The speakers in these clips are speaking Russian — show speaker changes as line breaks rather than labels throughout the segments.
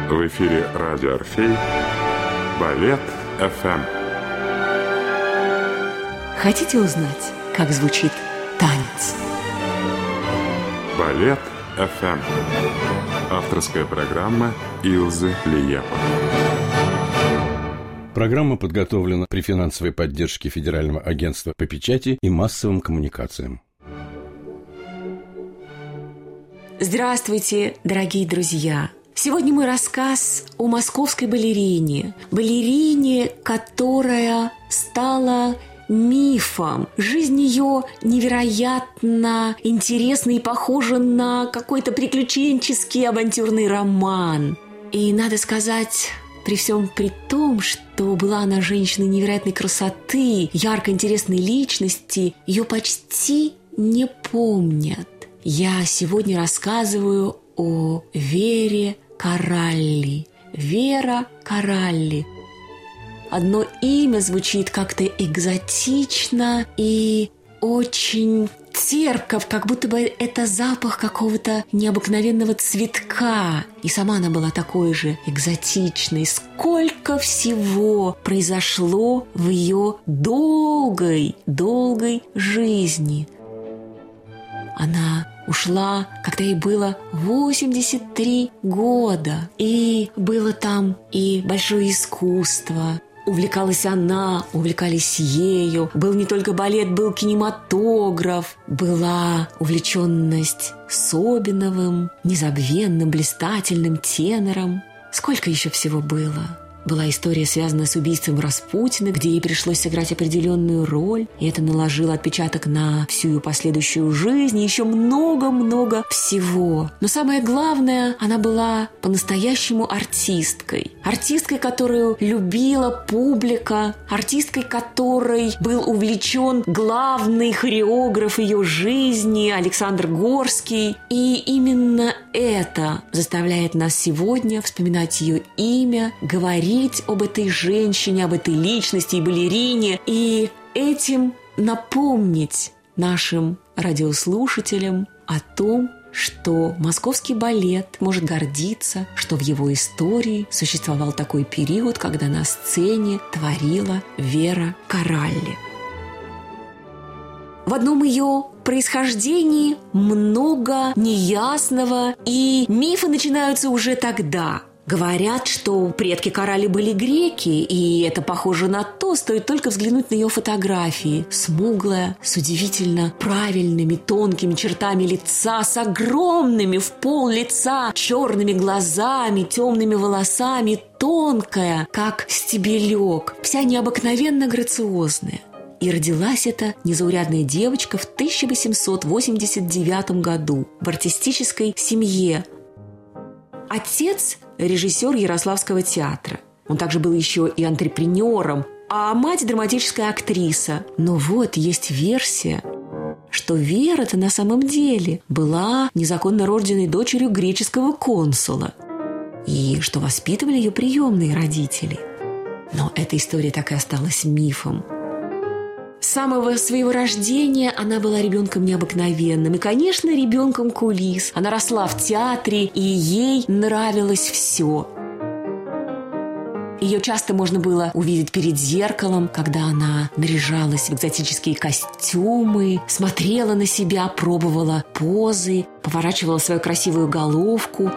В эфире радио «Орфей», Балет ФМ.
Хотите узнать, как звучит танец?
Балет ФМ. Авторская программа Илзы Лиепа.
Программа подготовлена при финансовой поддержке Федерального агентства по печати и массовым коммуникациям.
Здравствуйте, дорогие друзья! Сегодня мой рассказ о московской балерине. Балерине, которая стала мифом. Жизнь ее невероятно интересна и похожа на какой-то приключенческий авантюрный роман. И надо сказать, при всем при том, что была она женщиной невероятной красоты, яркой, интересной личности, ее почти не помнят. Я сегодня рассказываю о Вере Коралли. Вера Коралли. Одно имя звучит как-то экзотично и очень терпко, как будто бы это запах какого-то необыкновенного цветка. И сама она была такой же экзотичной. Сколько всего произошло в ее долгой жизни. Она ушла, когда ей было 83 года. И было там и большое искусство. Увлекалась она, увлекались ею. Был не только балет, был кинематограф. Была увлеченность Собиновым, незабвенным, блистательным тенором. Сколько еще всего было? Была история, связанная с убийством Распутина, где ей пришлось сыграть определенную роль, и это наложило отпечаток на всю ее последующую жизнь, и еще много-много всего. Но самое главное, она была по-настоящему артисткой. Артисткой, которую любила публика, артисткой, которой был увлечен главный хореограф ее жизни Александр Горский. И именно это заставляет нас сегодня вспоминать ее имя, говорить об этой женщине, об этой личности и балерине, и этим напомнить нашим радиослушателям о том, что московский балет может гордиться, что в его истории существовал такой период, когда на сцене творила Вера Коралли. В одном ее происхождении много неясного, и мифы начинаются уже тогда. Говорят, что предки Коралли были греки, и это похоже на то, стоит только взглянуть на ее фотографии. Смуглая, с удивительно правильными, тонкими чертами лица, с огромными в пол лица черными глазами, темными волосами, тонкая, как стебелек, вся необыкновенно грациозная. И родилась эта незаурядная девочка в 1889 году в артистической семье. Отец – режиссер Ярославского театра. Он также был еще и антрепренером, а мать – драматическая актриса. Но вот есть версия, что Вера-то на самом деле была незаконно рожденной дочерью греческого консула, и что воспитывали ее приемные родители. Но эта история так и осталась мифом. С самого своего рождения она была ребенком необыкновенным и, конечно, ребенком кулис. Она росла в театре, и ей нравилось все. Ее часто можно было увидеть перед зеркалом, когда она наряжалась в экзотические костюмы, смотрела на себя, пробовала позы, поворачивала свою красивую головку.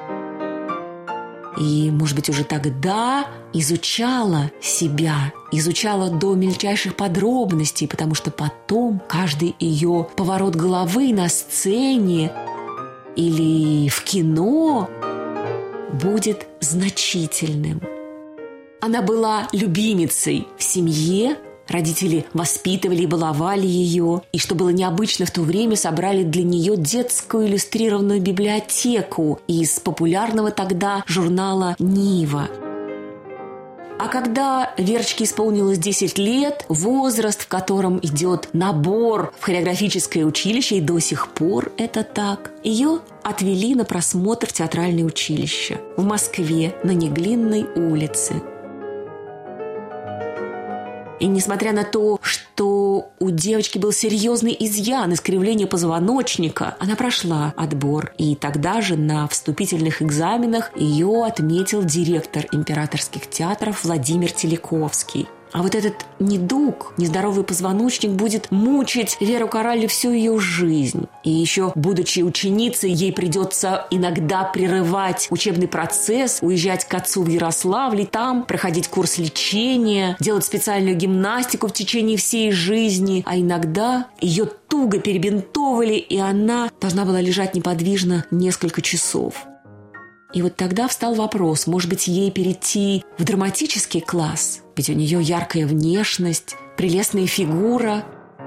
И, может быть, уже тогда изучала себя, изучала до мельчайших подробностей, потому что потом каждый ее поворот головы на сцене или в кино будет значительным. Она была любимицей в семье. Родители воспитывали и баловали ее. И, что было необычно в то время, собрали для нее детскую иллюстрированную библиотеку из популярного тогда журнала «Нива». А когда Верочке исполнилось 10 лет, возраст, в котором идет набор в хореографическое училище, и до сих пор это так, ее отвели на просмотр в театральное училище в Москве на Неглинной улице. И несмотря на то, что у девочки был серьезный изъян, искривление позвоночника, она прошла отбор. И тогда же на вступительных экзаменах ее отметил директор императорских театров Владимир Теляковский. А вот этот недуг, нездоровый позвоночник, будет мучить Веру Коралли всю ее жизнь. И еще, будучи ученицей, ей придется иногда прерывать учебный процесс, уезжать к отцу в Ярославль, там проходить курс лечения, делать специальную гимнастику в течение всей жизни. А иногда ее туго перебинтовывали, и она должна была лежать неподвижно несколько часов. И вот тогда встал вопрос, может быть, ей перейти в драматический класс? Ведь у нее яркая внешность, прелестная фигура.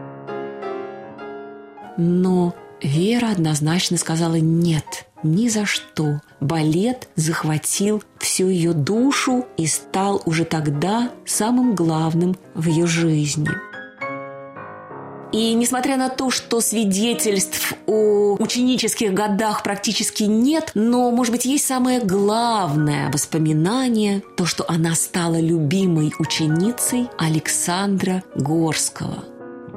Но Вера однозначно сказала нет, ни за что. Балет захватил всю ее душу и стал уже тогда самым главным в ее жизни. И несмотря на то, что свидетельств о ученических годах практически нет, но, может быть, есть самое главное воспоминание, то, что она стала любимой ученицей Александра Горского.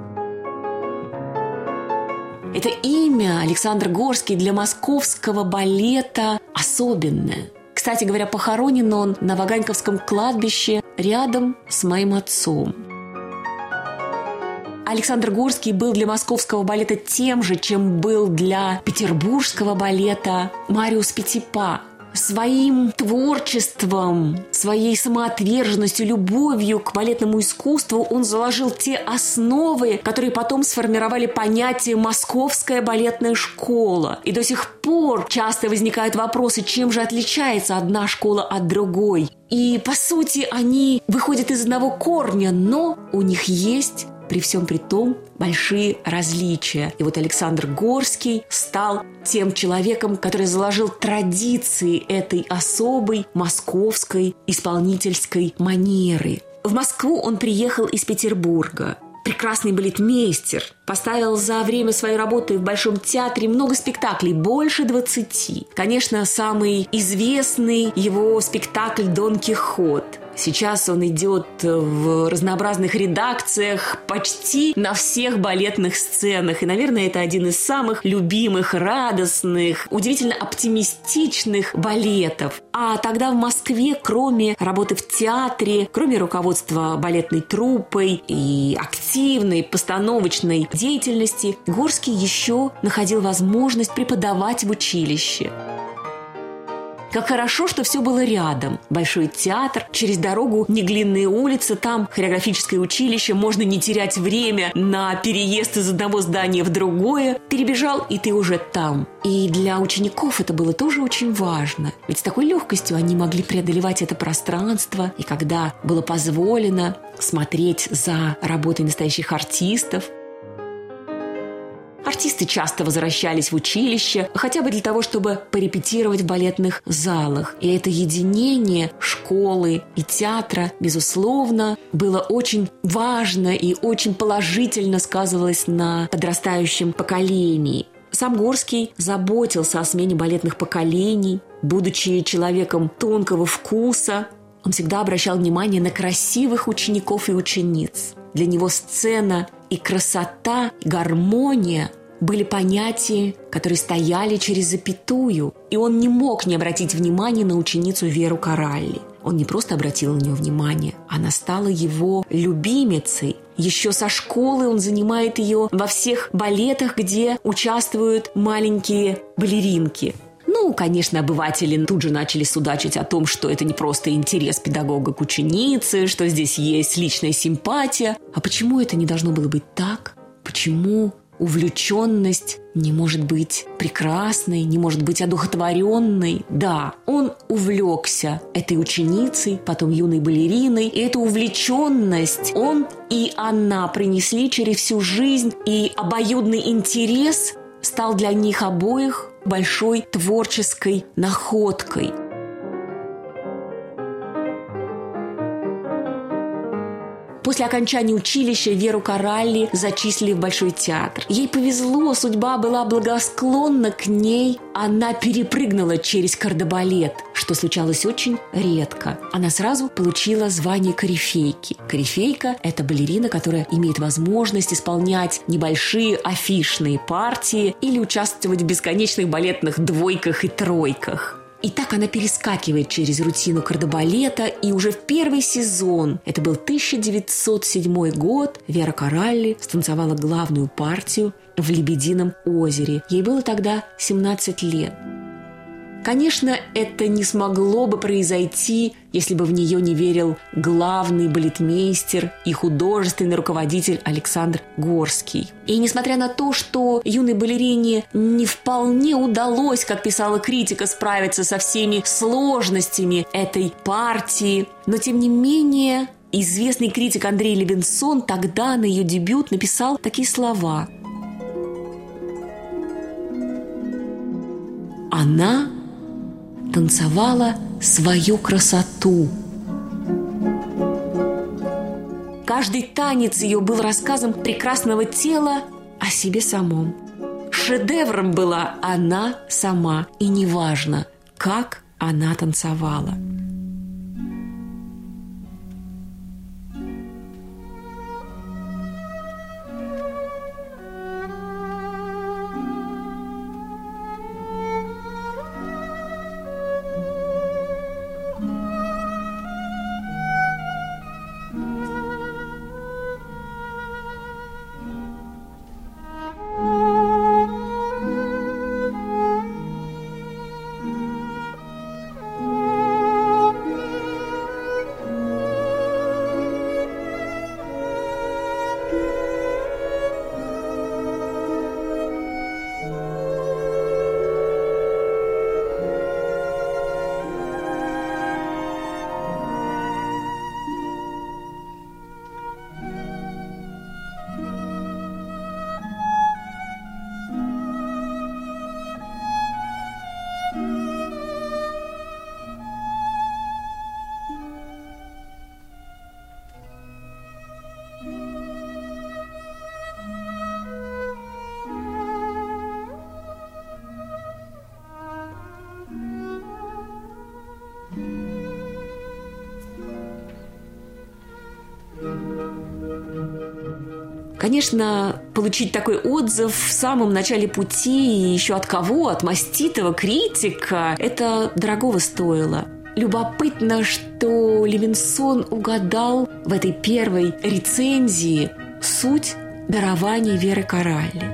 Это имя Александр Горский для московского балета особенное. Кстати говоря, похоронен он на Ваганьковском кладбище рядом с моим отцом. Александр Горский был для московского балета тем же, чем был для петербургского балета Мариус Петипа. Своим творчеством, своей самоотверженностью, любовью к балетному искусству он заложил те основы, которые потом сформировали понятие «московская балетная школа». И до сих пор часто возникают вопросы, чем же отличается одна школа от другой. И, по сути, они выходят из одного корня, но у них есть при всем при том большие различия. И вот Александр Горский стал тем человеком, который заложил традиции этой особой московской исполнительской манеры. В Москву он приехал из Петербурга. Прекрасный балетмейстер, поставил за время своей работы в Большом театре много спектаклей, больше 20. Конечно, самый известный его спектакль «Дон Кихот». Сейчас он идет в разнообразных редакциях почти на всех балетных сценах. И, наверное, это один из самых любимых, радостных, удивительно оптимистичных балетов. А тогда в Москве, кроме работы в театре, кроме руководства балетной труппой и активной постановочной деятельности, Горский еще находил возможность преподавать в училище. Как хорошо, что все было рядом. Большой театр, через дорогу Неглинные улицы, там хореографическое училище, можно не терять время на переезд из одного здания в другое. Перебежал, и ты уже там. И для учеников это было тоже очень важно. Ведь с такой легкостью они могли преодолевать это пространство. И когда было позволено смотреть за работой настоящих артистов, артисты часто возвращались в училище, хотя бы для того, чтобы порепетировать в балетных залах. И это единение школы и театра, безусловно, было очень важно и очень положительно сказывалось на подрастающем поколении. Сам Горский заботился о смене балетных поколений. Будучи человеком тонкого вкуса, он всегда обращал внимание на красивых учеников и учениц. Для него сцена и красота, и гармония были понятия, которые стояли через запятую. И он не мог не обратить внимания на ученицу Веру Коралли. Он не просто обратил на нее внимание, она стала его любимицей. Еще со школы он занимает ее во всех балетах, где участвуют маленькие балеринки. Ну, конечно, обыватели тут же начали судачить о том, что это не просто интерес педагога к ученице, что здесь есть личная симпатия. А почему это не должно было быть так? Почему увлеченность не может быть прекрасной, не может быть одухотворенной? Да, он увлекся этой ученицей, потом юной балериной, и эту увлеченность он и она принесли через всю жизнь, и обоюдный интерес стал для них обоих большой творческой находкой. После окончания училища Веру Коралли зачислили в Большой театр. Ей повезло, судьба была благосклонна к ней. Она перепрыгнула через кардебалет, что случалось очень редко. Она сразу получила звание корифейки. Корифейка – это балерина, которая имеет возможность исполнять небольшие афишные партии или участвовать в бесконечных балетных двойках и тройках. И так она перескакивает через рутину кардебалета, и уже в первый сезон, это был 1907 год, Вера Коралли станцевала главную партию в «Лебедином озере». Ей было тогда 17 лет. Конечно, это не смогло бы произойти, если бы в нее не верил главный балетмейстер и художественный руководитель Александр Горский. И несмотря на то, что юной балерине не вполне удалось, как писала критика, справиться со всеми сложностями этой партии, но тем не менее известный критик Андрей Левинсон тогда на ее дебют написал такие слова: «Она танцевала свою красоту». Каждый танец ее был рассказом прекрасного тела о себе самом. Шедевром была она сама, и неважно, как она танцевала. Конечно, получить такой отзыв в самом начале пути, и еще от кого? От маститого критика, это дорогого стоило. Любопытно, что Левинсон угадал в этой первой рецензии суть дарования Веры Коралли.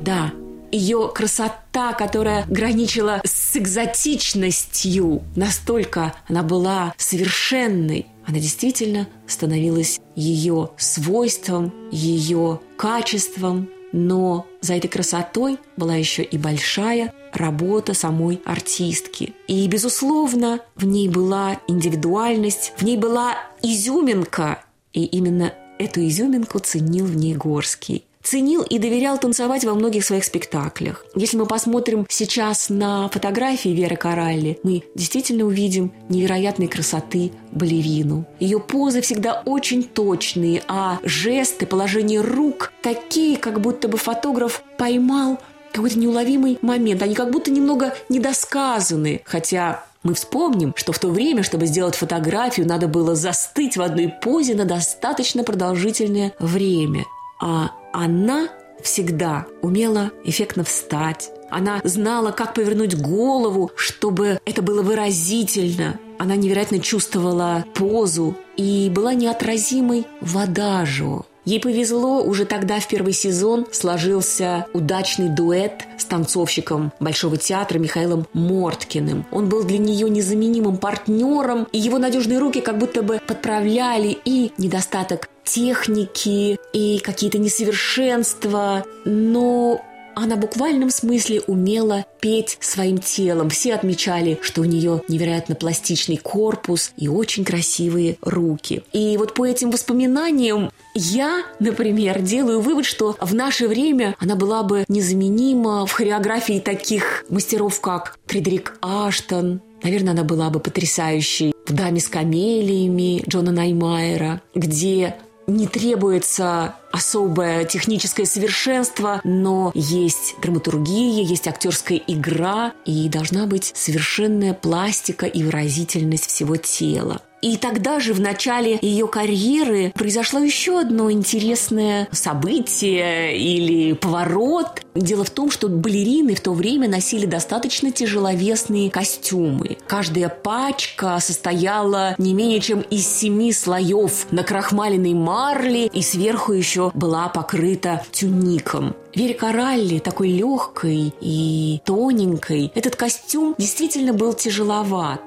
Да, ее красота, которая граничила с экзотичностью, настолько она была совершенной, она действительно становилась ее свойством, ее качеством. Но за этой красотой была еще и большая работа самой артистки. И, безусловно, в ней была индивидуальность, в ней была изюминка. И именно эту изюминку ценил в ней Горский. Ценил и доверял танцевать во многих своих спектаклях. Если мы посмотрим сейчас на фотографии Веры Коралли, мы действительно увидим невероятной красоты балерину. Ее позы всегда очень точные, а жесты, положение рук такие, как будто бы фотограф поймал какой-то неуловимый момент. Они как будто немного недосказаны, хотя... Мы вспомним, что в то время, чтобы сделать фотографию, надо было застыть в одной позе на достаточно продолжительное время. А она всегда умела эффектно встать. Она знала, как повернуть голову, чтобы это было выразительно. Она невероятно чувствовала позу и была неотразимой в адажио. Ей повезло, уже тогда в первый сезон сложился удачный дуэт с танцовщиком Большого театра Михаилом Морткиным. Он был для нее незаменимым партнером, и его надежные руки как будто бы подправляли и недостаток техники, и какие-то несовершенства, но... Она в буквальном смысле умела петь своим телом. Все отмечали, что у нее невероятно пластичный корпус и очень красивые руки. И вот по этим воспоминаниям я, например, делаю вывод, что в наше время она была бы незаменима в хореографии таких мастеров, как Фредерик Аштон. Наверное, она была бы потрясающей в «Даме с камелиями» Джона Наймайера, где не требуется особое техническое совершенство, но есть драматургия, есть актерская игра и должна быть совершенная пластика и выразительность всего тела. И тогда же, в начале ее карьеры, произошло еще одно интересное событие или поворот. Дело в том, что балерины в то время носили достаточно тяжеловесные костюмы. Каждая пачка состояла не менее чем из 7 слоев накрахмаленной марли и сверху еще была покрыта тюником. Вере Коралли, такой легкой и тоненькой, этот костюм действительно был тяжеловат.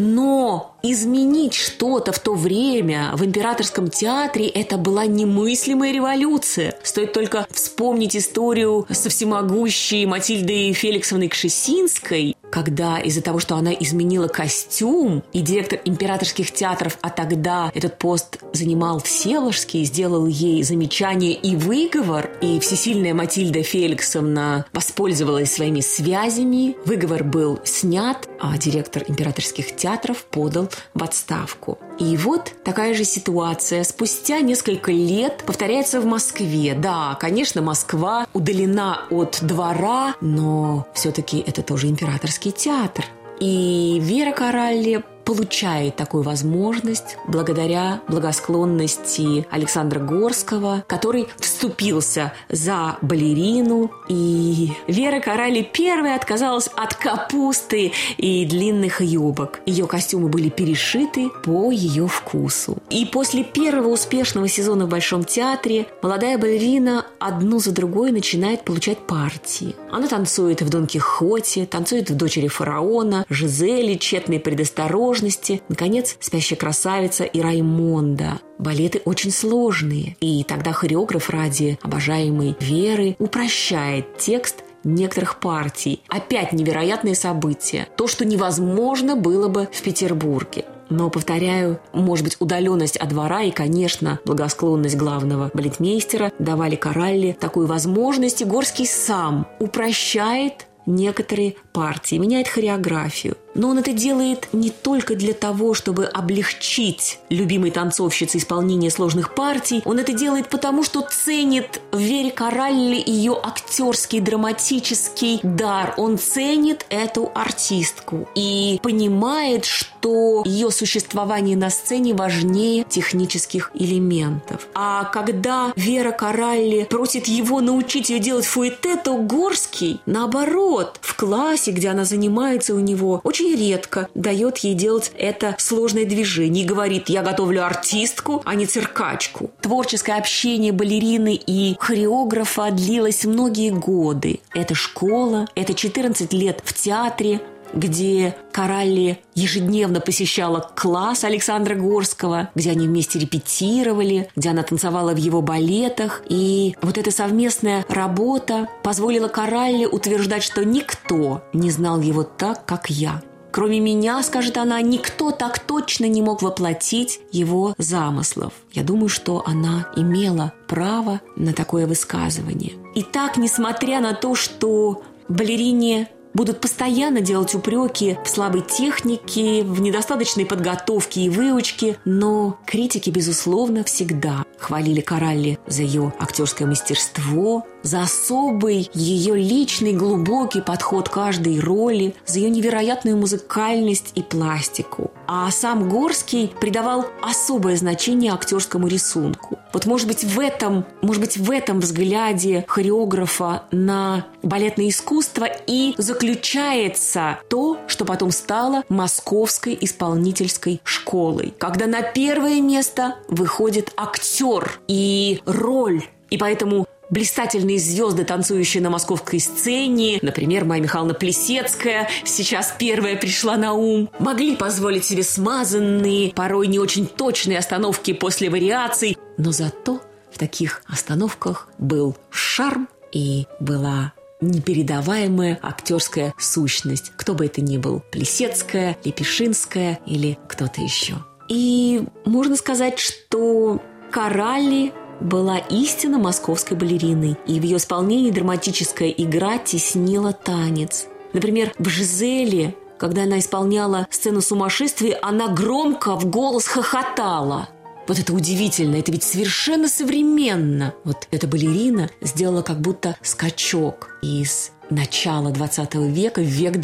Но изменить что-то в то время в Императорском театре – это была немыслимая революция. Стоит только вспомнить историю со всемогущей Матильдой Феликсовной Кшесинской, когда из-за того, что она изменила костюм, и директор императорских театров, а тогда этот пост занимал Всеволожский, сделал ей замечание и выговор, и всесильная Матильда Феликсовна воспользовалась своими связями, выговор был снят, а директор императорских театров подал в отставку. И вот такая же ситуация спустя несколько лет повторяется в Москве. Да, конечно, Москва удалена от двора, но все-таки это тоже императорский театр. И Вера Коралли получает такую возможность благодаря благосклонности Александра Горского, который вступился за балерину. И Вера Коралли первая отказалась от капусты и длинных юбок. Ее костюмы были перешиты по ее вкусу. И после первого успешного сезона в Большом театре молодая балерина одну за другой начинает получать партии. Она танцует в Дон Кихоте, танцует в «Дочери фараона», Жизели, «Тщетной предосторожности», наконец, «Спящая красавица» и «Раймонда». Балеты очень сложные, и тогда хореограф ради обожаемой Веры упрощает текст некоторых партий. Опять невероятные события. То, что невозможно было бы в Петербурге. Но, повторяю, может быть, удаленность от двора и, конечно, благосклонность главного балетмейстера давали Коралли такую возможность, и Горский сам упрощает некоторые партии, меняет хореографию. Но он это делает не только для того, чтобы облегчить любимой танцовщице исполнение сложных партий. Он это делает потому, что ценит в Вере Коралли ее актерский, драматический дар. Он ценит эту артистку и понимает, что ее существование на сцене важнее технических элементов. А когда Вера Коралли просит его научить ее делать фуэте, то Горский, наоборот, в классе, где она занимается у него, очень очень редко дает ей делать это сложное движение и говорит: я готовлю артистку, а не циркачку. Творческое общение балерины и хореографа длилось многие годы. Это школа, это 14 лет в театре, где Коралли ежедневно посещала класс Александра Горского, где они вместе репетировали, где она танцевала в его балетах. И вот эта совместная работа позволила Коралли утверждать, что никто не знал его так, как я. Кроме меня, скажет она, никто так точно не мог воплотить его замыслов. Я думаю, что она имела право на такое высказывание. Итак, несмотря на то, что балерине будут постоянно делать упреки в слабой технике, в недостаточной подготовке и выучке, но критики, безусловно, всегда хвалили Коралли за ее актерское мастерство, за особый ее личный глубокий подход к каждой роли, за ее невероятную музыкальность и пластику. А сам Горский придавал особое значение актерскому рисунку. Вот, может быть, в этом взгляде хореографа на балетное искусство и заключается то, что потом стало Московской исполнительской школой, когда на первое место выходит актер и роль. И поэтому блистательные звезды, танцующие на московской сцене, например, Майя Михайловна Плисецкая, сейчас первая пришла на ум, могли позволить себе смазанные, порой не очень точные остановки после вариаций, но зато в таких остановках был шарм и была непередаваемая актерская сущность. Кто бы это ни был, Плисецкая, Лепешинская или кто-то еще. И можно сказать, что Коралли была истинно московской балериной, и в ее исполнении драматическая игра теснила танец. Например, в «Жизели», когда она исполняла сцену сумасшествия, она громко в голос хохотала. Вот это удивительно, это ведь совершенно современно. Вот эта балерина сделала как будто скачок из начала 20 века в век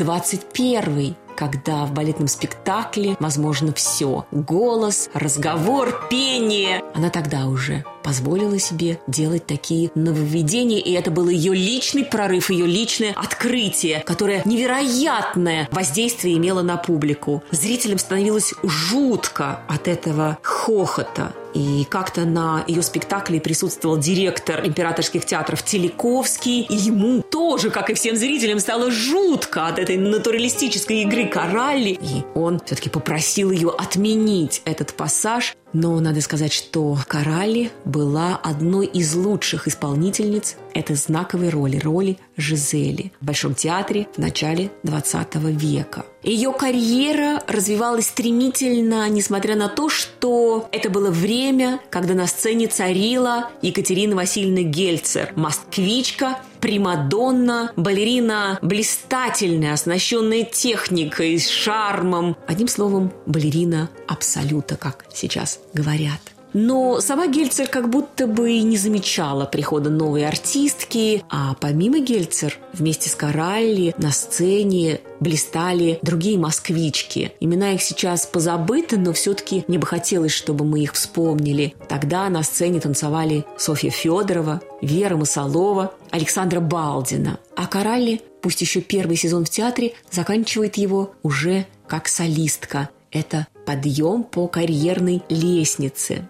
21, когда в балетном спектакле возможно все. Голос, разговор, пение. Она тогда уже позволила себе делать такие нововведения, и это был ее личный прорыв, ее личное открытие, которое невероятное воздействие имело на публику. Зрителям становилось жутко от этого хохота. И как-то на ее спектакле присутствовал директор императорских театров Телековский, и ему тоже, как и всем зрителям, стало жутко от этой натуралистической игры Коралли. И он все-таки попросил ее отменить этот пассаж. Но надо сказать, что Коралли была одной из лучших исполнительниц этой знаковой роли Жизели в Большом театре в начале 20 века. Ее карьера развивалась стремительно, несмотря на то, что это было время, когда на сцене царила Екатерина Васильевна Гельцер, москвичка, примадонна, балерина блистательная, оснащенная техникой, с шармом. Одним словом, балерина абсолюта, как сейчас говорят. Но сама Гельцер как будто бы и не замечала прихода новой артистки, а помимо Гельцер вместе с Коралли на сцене блистали другие москвички. Имена их сейчас позабыты, но все-таки мне бы хотелось, чтобы мы их вспомнили. Тогда на сцене танцевали Софья Федорова, Вера Масалова, Александра Балдина. А Коралли, пусть еще первый сезон в театре, заканчивает его уже как солистка. Это подъем по карьерной лестнице.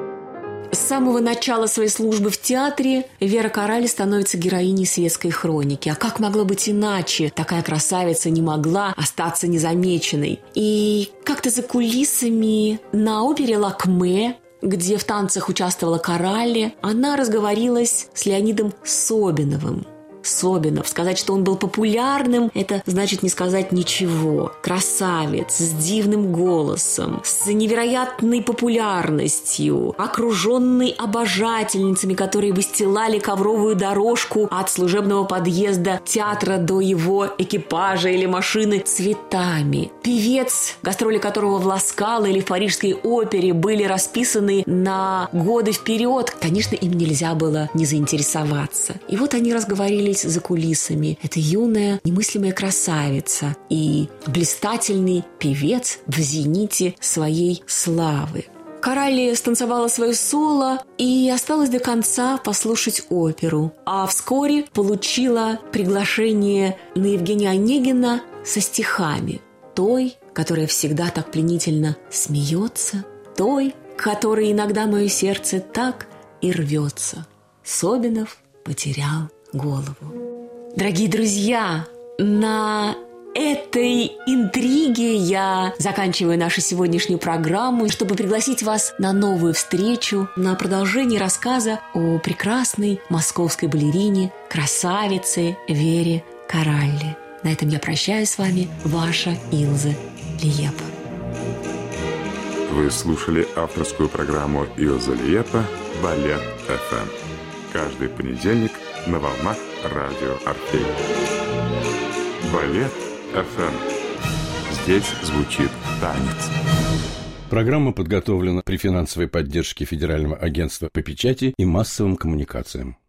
С самого начала своей службы в театре Вера Коралли становится героиней светской хроники. А как могло быть иначе? Такая красавица не могла остаться незамеченной. И как-то за кулисами на опере «Лакме», где в танцах участвовала Коралли, она разговорилась с Леонидом Собиновым. Собинов. Сказать, что он был популярным, это значит не сказать ничего. Красавец, с дивным голосом, с невероятной популярностью, окруженный обожательницами, которые выстилали ковровую дорожку от служебного подъезда театра до его экипажа или машины цветами. Певец, гастроли которого в Ла-Скала или в Парижской опере были расписаны на годы вперед. Конечно, им нельзя было не заинтересоваться. И вот они разговорились за кулисами. Это юная, немыслимая красавица и блистательный певец в зените своей славы. Коралли станцевала свое соло и осталась до конца послушать оперу. А вскоре получила приглашение на Евгения Онегина со стихами. той, которая всегда так пленительно смеется, той, которой иногда мое сердце так и рвется. Собинов потерял голову. Дорогие друзья, на этой интриге я заканчиваю нашу сегодняшнюю программу, чтобы пригласить вас на новую встречу, на продолжение рассказа о прекрасной московской балерине, красавице Вере Коралли. На этом я прощаюсь с вами, ваша Илза Лиепа.
Вы слушали авторскую программу Илза Лиепа «Балет ФМ». Каждый понедельник на волнах радио Орфей. Балет ФМ. Здесь звучит танец.
Программа подготовлена при финансовой поддержке Федерального агентства по печати и массовым коммуникациям.